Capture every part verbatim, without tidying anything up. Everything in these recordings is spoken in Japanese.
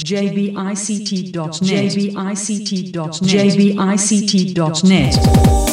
ジェイビーアイシーティードットネット ジェイビーアイシーティードットネット ジェイビーアイシーティードットネット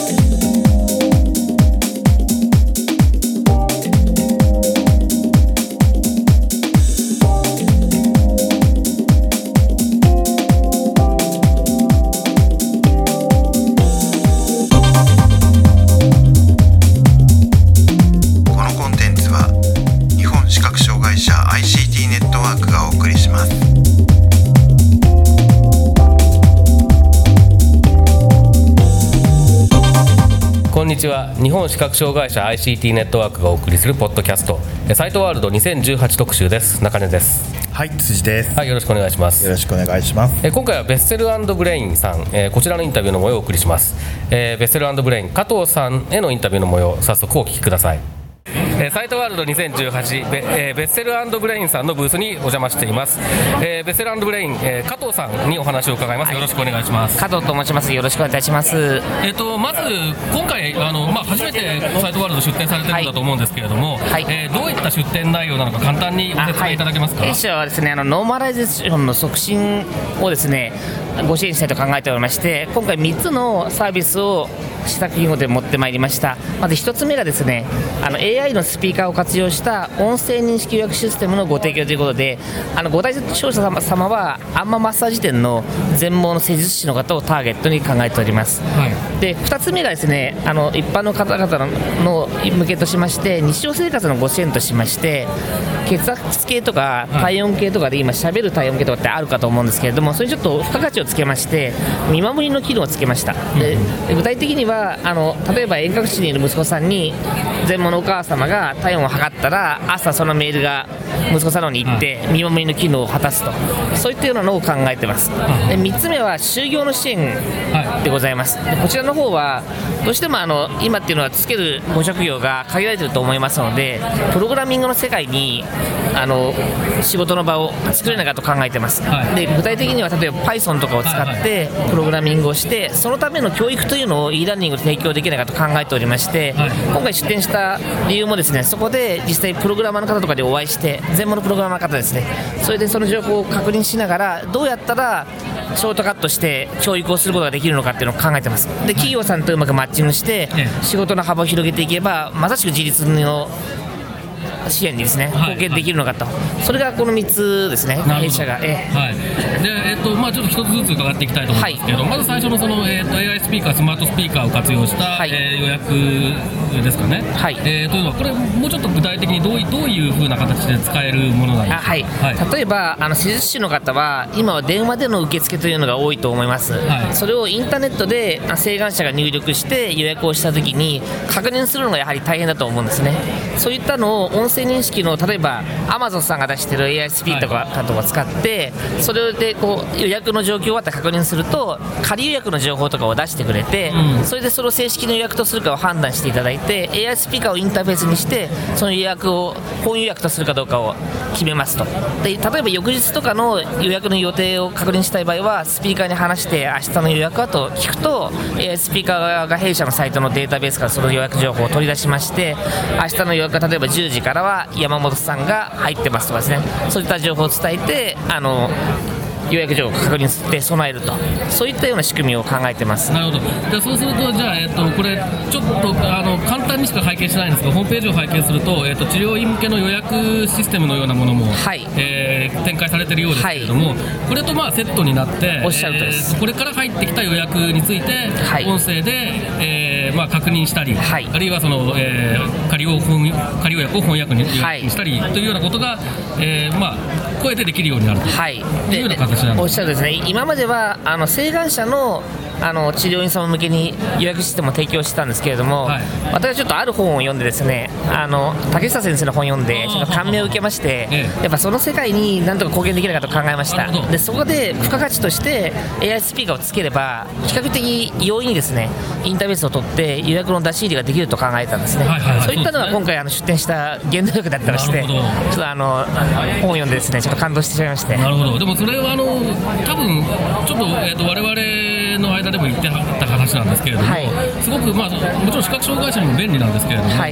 こんにちは。日本視覚障害者 アイシーティー ネットワークがお送りするポッドキャストサイトワールドにせんじゅうはち特集です。中根です。 はい、辻です。 はい、よろしくお願いします。 よろしくお願いします。 え今回はベッセル&ブレインさん、えー、こちらのインタビューの模様をお送りします。えー、ベッセル&ブレイン加藤さんへのインタビューの模様、早速お聞きください。えー、サイトワールドにせんじゅうはち ベ、えー、ベッセル&ブレインさんのブースにお邪魔しています。えー、ベッセル&ブレイン、えー、加藤さんにお話を伺います。よろしくお願いします。 加藤と申します。よろしくお願いいたします。 えー、とまず今回あの、まあ、初めてサイトワールド出展されてるんだと思うんですけれども、はい、えー、どういった出展内容なのか簡単にご説明いただけますか。 弊社はですね、あのノーマライゼーションの促進をですねご支援したいと考えておりまして、今回みっつのサービスを試作品で持ってまいりました。まずひとつめがですね、あの エーアイ のスピーカーを活用した音声認識予約システムのご提供ということで、あのご対象者様はアンママッサージ店の全盲の施術師の方をターゲットに考えております。はい、でふたつめがですね、あの一般の方々の向けとしまして、日常生活のご支援としまして、血圧計とか体温計とかで今喋る体温計とかってあるかと思うんですけれども、それにちょっと付加価値をつけまして見守りの機能をつけました。で具体的にはあの例えば遠隔地にいる息子さんに全盲のお母様が体温を測ったら、朝そのメールが息子さんの方に行って見守りの機能を果たすと、そういったようなのを考えています。でみっつめは就業の支援でございます。でこちらの方はどうしてもあの今っていうのはつけるご職業が限られていると思いますので、プログラミングの世界にあの仕事の場を作れないかと考えています。はい、で具体的には例えば Python とかを使ってプログラミングをして、そのための教育というのを e ラーニングで提供できないかと考えておりまして、はい、今回出展した理由もですね、そこで実際プログラマーの方とかでお会いして、全盲のプログラマーの方ですね、それでその情報を確認しながら、どうやったらショートカットして教育をすることができるのかっていうのを考えてます。で企業さんとうまくマッチングして仕事の幅を広げていけば、まさしく自立の支援にですね貢献できるのかと、はいはい、それがこのみっつですね。弊社が、えーはいでえーとまあ、ちょっと一つずつ伺っていきたいと思うんですけど、はい、まず最初の、その、えーと、エーアイ スピーカー、スマートスピーカーを活用した、はい、えー、予約ですかね。はい、えー、というのはこれもうちょっと具体的にどうい、どういう風な形で使えるものなんですか。 はいはい、例えばあの施術師の方は今は電話での受付というのが多いと思います。はい、それをインターネットで請願者が入力して予約をしたときに確認するのがやはり大変だと思うんですね。そういったのを音声認識の例えば Amazon さんが出している エーアイ スピーカーとかを使って、はい、それでこう予約の状況を確認すると仮予約の情報とかを出してくれて、うん、それでそれを正式の予約とするかを判断していただいて、 エーアイ スピーカーをインターフェースにしてその予約を本予約とするかどうかを決めますと。で例えば翌日とかの予約の予定を確認したい場合はスピーカーに話して明日の予約はと聞くと、 エーアイ スピーカーが弊社のサイトのデータベースからその予約情報を取り出しまして、明日の予約は例えばじゅうじからは山本さんが入ってますとかですね、そういった情報を伝えてあの予約情報を確認して備えると、そういったような仕組みを考えてます。 なるほど。じゃあそうすると、じゃあ、えっと、これちょっとあの簡単にしか拝見しないんですが、ホームページを拝見すると、えっと、治療院向けの予約システムのようなものも、はい、えー、展開されているようですけれども、はい、これとまあセットになっておっしゃるとです、 えー、これから入ってきた予約について、はい、音声で、えーまあ、確認したり、はい、あるいはその、えー、仮を本仮予約を翻訳にしたり、はい、というようなことが、えーまあ、声でできるようになると、はい、いうような形なんです。 おっしゃるですね。今まではあの請願者のあの治療院様向けに予約システムを提供してたんですけれども、はい、私はちょっとある本を読んでですね、あの竹下先生の本を読んでちょっと感銘を受けまして、ええ、やっぱその世界に何とか貢献できないかと考えました。でそこで付加価値として エーアイ スピーカーをつければ比較的容易にですねインターフェースを取って予約の出し入れができると考えたんですね。はいはいはい、そういったのが今回あの出展した原動力だったりして、ちょっとあの本を読んでですねちょっと感動してしまいまして。 なるほど。でもそれはあの多分ちょっと、えー、と我々の間でも言ってはった話なんですけれども、はい、すごく、まあ、もちろん視覚障害者にも便利なんですけれども、はい、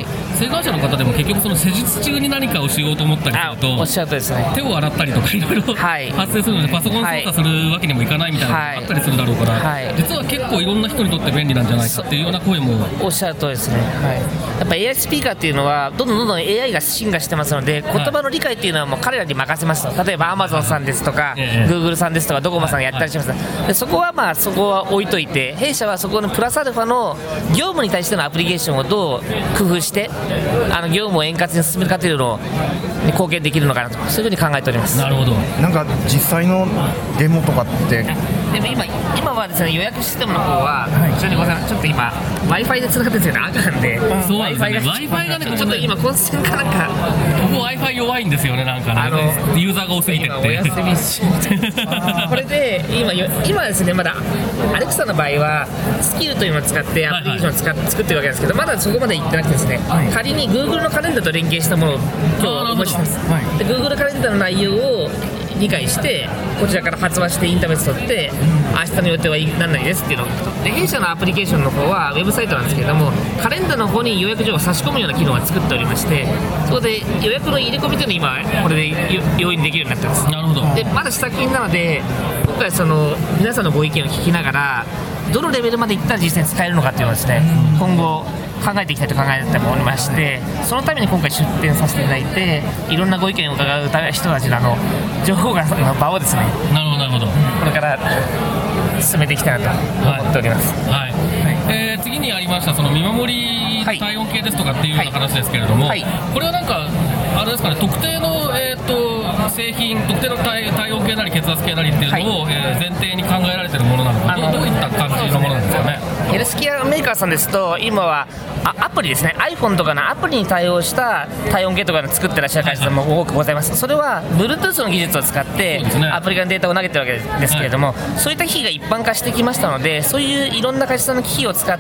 生還者の方でも結局その施術中に何かをしようと思ったりすると、 おっしゃるとですね、 手を洗ったりとかいろいろ発生するので、パソコン操作するわけにもいかないみたいなのがあったりするだろうから、はい、実は結構いろんな人にとって便利なんじゃないかっていうような声もおっしゃるとですね、はい、やっぱ エーアイ スピーカーっていうのはどんどんどんどん エーアイ が進化してますので、言葉の理解っていうのはもう彼らに任せますと。例えば Amazon さんですとか、ええ、Google さんですとかドコモさんがやったりします。でそこはまあそこは置いといて、弊社はそこのプラスアルファの業務に対してのアプリケーションをどう工夫してあの業務を円滑に進めるかというのに貢献できるのかなと、そういうふうに考えております。 なるほど。 なんか実際のデモとかってでも 今, 今はですね、予約システムの方は、はい、ちょっとごめんなさい、ちょっと今 Wi-Fi でつながってるんですけど赤なんで、 そうなんですね、Wi-Fi がね、 ちょっと今混戦かなんかここ Wi-Fi 弱いんですよね、なんかね、あのユーザーが多すぎてって、 今お休みしこれで今今ですね、まだアレクサの場合はスキルというのを使ってアプリケーションを使っ、はいはい、作ってるわけなんですけど、まだそこまでいってなくてですね、はい、仮に Google のカレンダーと連携したものを今日お持ちします、はい、で Google カレンダーの内容を理解してこちらから発話してインターフェース取って、明日の予定は何々ですっていうので、弊社のアプリケーションの方はウェブサイトなんですけれども、カレンダーの方に予約情報を差し込むような機能を作っておりまして、そこで予約の入れ込みというのを今これで容易にできるようになってます。 なるほど。 でまだ試作品なので、今回その皆さんのご意見を聞きながらどのレベルまでいったら実際に使えるのかっていうのをですね、今後考えていきたいと考えておりまして、そのために今回出展させていただいて、いろんなご意見を伺う人たちのあの情報がの場をですね、 なるほどなるほど、 これから進めていきたいなと思っております。 はいはい、えー、次にありましたその見守り体温計ですとかっていうような話ですけれども、はいはい、これはなんかあれですかね、特定の、えー、と製品、特定の 体, 体温計なり血圧計なりっていうのを、はい、えー、前提に考えられているものなのか、ど, どういった感じのものなんですかね。 ヘルスケアメーカーさんですと、今はあアプリですね、 iPhone とかのアプリに対応した体温計とかを作ってらっしゃる会社さんも多くございます。それは Bluetooth の技術を使ってアプリのデータを投げてるわけですけれども、はい、そういった機器が一般化してきましたので、そういういろんな会社さんの機器を使って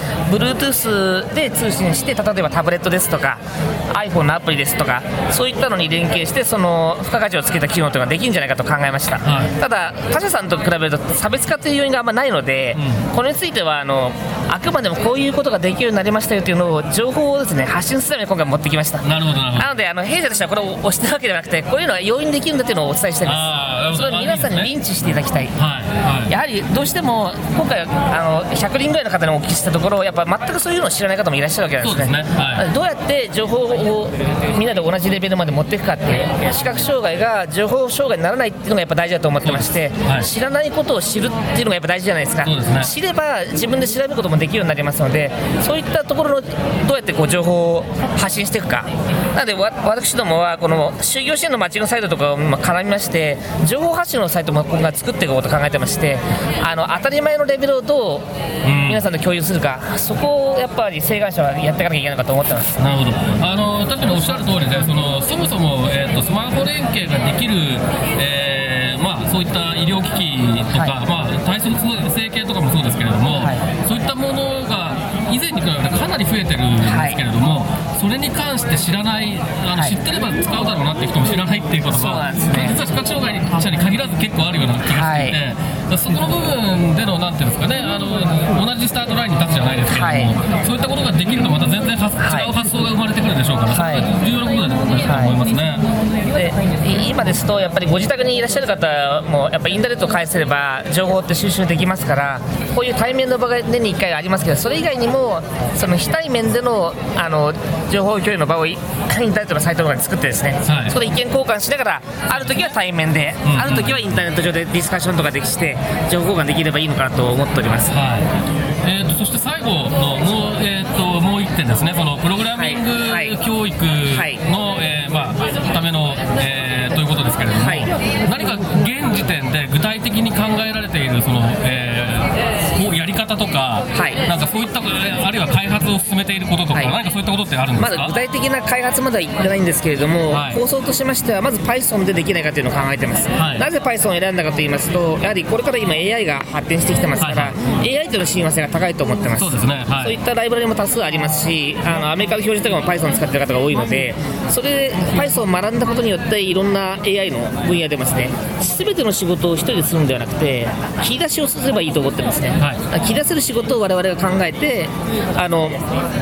Bluetooth で通信して、例えばタブレットですとか iPhone のアプリですとか、そういったのに連携してその付加価値をつけた機能というのができるんじゃないかと考えました。はい、ただ他社さんと比べると差別化という要因があんまないので、うん、これについてはあのあくまでもこういうことができるようになりましたよというのを情報をですね発信するために今回持ってきました。 なるほどなるほど。 なのであの弊社としてはこれを押してるわけではなくて、こういうのは容易にできるんだというのをお伝えしたいです。それを皆さんに認知していただきたい。はいはい、やはりどうしても今回あのひゃくにんぐらいの方にお聞きしたところ、やっぱ全くそういうのを知らない方もいらっしゃるわけなんですね。そうですね。はい、どうやって情報をみんなで同じレベルまで持っていくかっていう、視覚障害が情報障害にならないっていうのがやっぱ大事だと思ってまして、はい、知らないことを知るっていうのがやっぱ大事じゃないですか。そうですね。知れば自分で調べることもできるようになりますので、そういったところのどうやってこう情報を発信していくか。なのでわ私どもはこの就業支援のマッチングサイトとかを絡みまして、情報発信のサイトも今後作っていこうと考えてまして、あの当たり前のレベルをどう皆さんと共有するか、そこをやっぱり請願者はやっていかなきゃいけないのかと思ってます。 なるほど。あの確かにおっしゃる通りで、そのそもそも、えー、とスマホ連携ができる、えーまあ、そういった医療機器とか、はい、まあ、体組成計とかもそうですけれども、はい、そういったものが以前に比べてかなり増えてるんですけれども、はい、それに関して知らない、あの、はい、知ってれば使うだろうなって人も知らないっていうことが、ね、実は視覚障害者に限らず結構あるような気がしていて、はい、そこの部分でのなんていうんですかね、あの同じスタートラインに立つじゃないですけれども、はい、そういったことができるとまた全然は、はい、違う発想が生まれてくるでしょうから、はい、それが重要なことだと思いますね。 はい、で今ですとやっぱりご自宅にいらっしゃる方もやっぱりインターネットを介せれば情報って収集できますから、こういう対面の場が年にいっかいありますけど、それ以外にもその非対面での、あの情報共有の場をインターネットのサイトとかに作ってですね、はい、そこで意見交換しながら、ある時は対面で、うんうん、ある時はインターネット上でディスカッションとかできして情報交換できればいいのかなと思っております。はい、 えー、とそして最後のもう、えー、ともう一点ですね、そのプログラミング教育の、はいえーまあ、ための、えー、ということですけれども、はい、何か現時点で具体的に考えられているその、えー、やり方とか、はい、なんかそういったあるいは開発を進めていることとか、はい、何かそういったことってあるんですか？ まだ具体的な開発までは言ってないんですけれども、はい、構想としましてはまず Python でできないかというのを考えています。はい、なぜ Python を選んだかと言いますと、やはりこれから今 エーアイ が発展してきてますから、はいはい、エーアイ との親和性が高いと思ってます。そうですね、はい、そういったライブラリも多数ありますし、あのアメリカの標準とかも Python を使っている方が多いので、それで Python を学んだことによっていろんな エーアイ の分野でもですね、全ての仕事を一人でするんではなくて切り出しをすればいいと思ってますね。はい、切り出せる仕事を我々が考えて、あの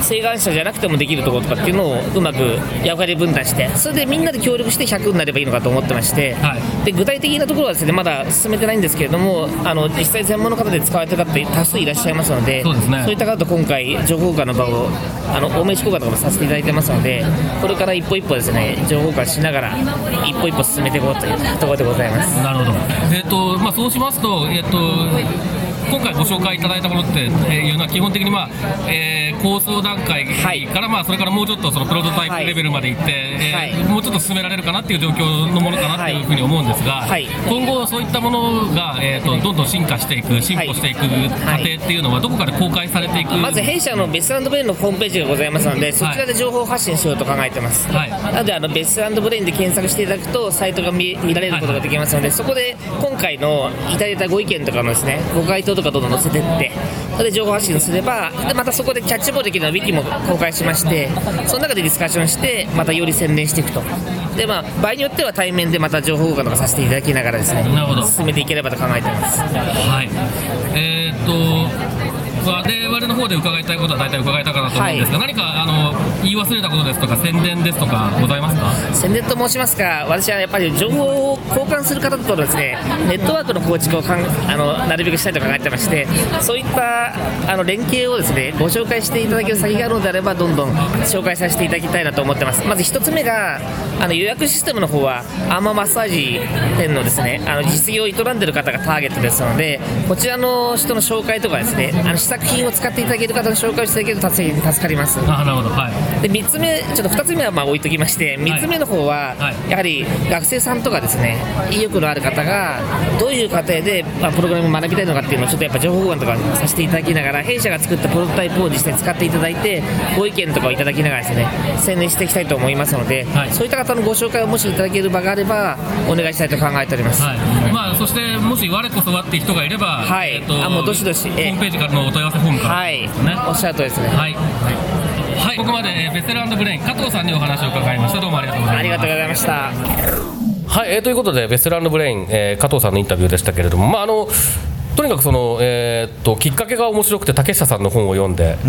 請願者じゃなくてもできるところとかっていうのをうまく役割分担して、それでみんなで協力してひゃくになればいいのかと思ってまして、はい、で具体的なところはですねまだ進めてないんですけれども、あの実際専門の方で使われてる方って多数いらっしゃいますので、そうですね、そういった方と今回情報交換の場をあのお名刺交換とかもさせていただいてますので、これから一歩一歩ですね情報交換しながら一歩一歩進めていこうというところでございます。 なるほど。えーとまあ、そうしますと、えーと今回ご紹介いただいたものっていうのは基本的に、まあえー、構想段階から、はい、まあ、それからもうちょっとそのプロトタイプレベルまでいって、はい、えーはい、もうちょっと進められるかなっていう状況のものかなっていうふうに思うんですが、はい、今後そういったものが、えー、とどんどん進化していく進歩していく過程っていうのはどこかで公開されていく、 まず弊社のベスト&ブレインのホームページがございますので、そちらで情報発信しようと考えてます、はい、なのであのベスト&ブレインで検索していただくとサイトが 見, 見られることができますので、はい、そこで今回のいただいたご意見とかのですねご回答とかどんどん載せていって、それで情報発信すれば、でまたそこでキャッチボールできるのウィキも公開しまして、その中でディスカッションしてまたより宣伝していくと。で、まあ、場合によっては対面でまた情報交換とかさせていただきながらですね進めていければと考えています。 はい、えー、っと我々の方で伺いたいことは大体伺えたかなと思うんですが、はい、何かあの言い忘れたことですとか宣伝ですとかございますか？ 宣伝と申しますか、私はやっぱり情報を交換する方とですねネットワークの構築をかんあのなるべくしたいと考えてまして、そういったあの連携をですねご紹介していただける先があるのであればどんどん紹介させていただきたいなと思ってます。まず一つ目があの予約システムの方はアーマーマッサージ店のですねあの実業を営んでいる方がターゲットですので、こちらの人の紹介とかですねあの試作品を使っていただける方の紹介をしていただけると助かります。 あ、なるほど、はい、 でみっつめ、ちょっとふたつめはまあ置いときまして、みっつめの方は、はい、やはり学生さんとかですね意欲のある方がどういう過程で、まあ、プログラムを学びたいのかっていうのをちょっとやっぱ情報交換とかさせていただきながら、弊社が作ったプロトタイプを実際に使っていただいてご意見とかをいただきながらですね宣伝していきたいと思いますので、はい、そういった方のご紹介をもしいただける場があればお願いしたいと考えております。 はい、まあ、そしてもし我こそはっていう人がいれば、 はい、えー、とあもうどしどしホームページからのお問い合わせフォームから、 はい、おっしゃるとおりですね。 はい、はい、ここまで、えー、ベステル&ブレイン加藤さんにお話を伺いました。どうもありがとうございました。 ありがとうございました。 はい、えー、ということでベステル&ブレイン、えー、加藤さんのインタビューでしたけれども、まあ、あのとにかくその、えー、っときっかけが面白くて竹下さんの本を読んで、うん、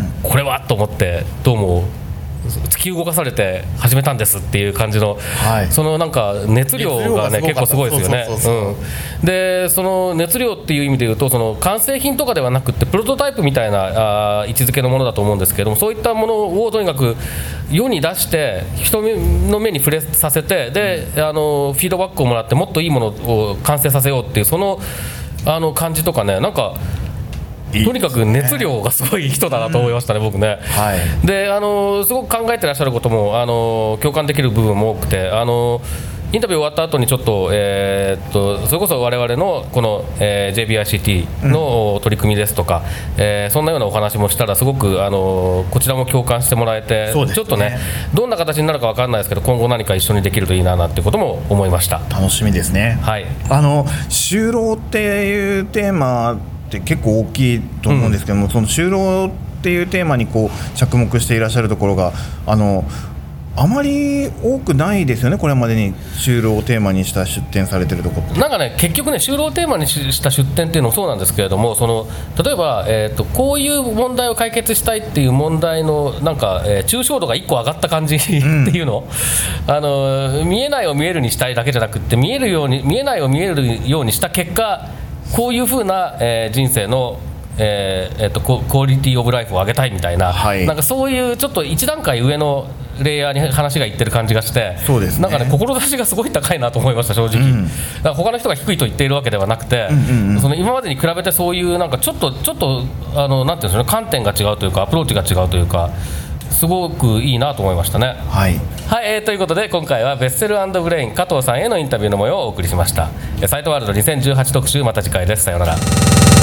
これはと思ってどうも突き動かされて始めたんですっていう感じの、はい、そのなんか熱量がね結構すごいですよね。でその熱量っていう意味でいうとその完成品とかではなくてプロトタイプみたいなあ位置づけのものだと思うんですけれども、そういったものをとにかく世に出して人の目に触れさせて、であのフィードバックをもらってもっといいものを完成させようっていうそのあの感じとかね、なんかとにかく熱量がすごい人だなと思いましたね、うん、僕ね、はい、であのすごく考えてらっしゃることもあの共感できる部分も多くて、あのインタビュー終わった後にちょっと、えー、っとそれこそ我々のこの、えー、ジェイビーアイシーティー の取り組みですとか、うん、えー、そんなようなお話もしたらすごくあのこちらも共感してもらえて、ね、ちょっとねどんな形になるか分からないですけど今後何か一緒にできるといいななんてことも思いました。 楽しみですね。はい、あの就労っていうテーマって結構大きいと思うんですけども、うん、その就労っていうテーマにこう着目していらっしゃるところがあのあまり多くないですよね。これまでに就労をテーマにした出展されてるところってなんかね、結局ね就労をテーマにした出展っていうのもそうなんですけれども、その例えば、えーと、こういう問題を解決したいっていう問題のなんか、えー、抽象度がいっこ上がった感じっていうの、うん、あの見えないを見えるにしたいだけじゃなくて見えるように見えないを見えるようにした結果こういう風な、えー、人生のえーえー、とクオリティオブライフを上げたいみたいな、はい、なんかそういうちょっと一段階上のレイヤーに話がいってる感じがして、そうですね、なんかね志がすごい高いなと思いました正直、うん、だから他の人が低いと言っているわけではなくて、うんうんうん、その今までに比べてそういうなんかちょっとちょっとあのなんていうんですかね、観点が違うというかアプローチが違うというかすごくいいなと思いましたね。はい、はい、えー、ということで今回はベッセル&ブレイン加藤さんへのインタビューの模様をお送りしました。サイトワールドにせんじゅうはち特集、また次回です。さようなら。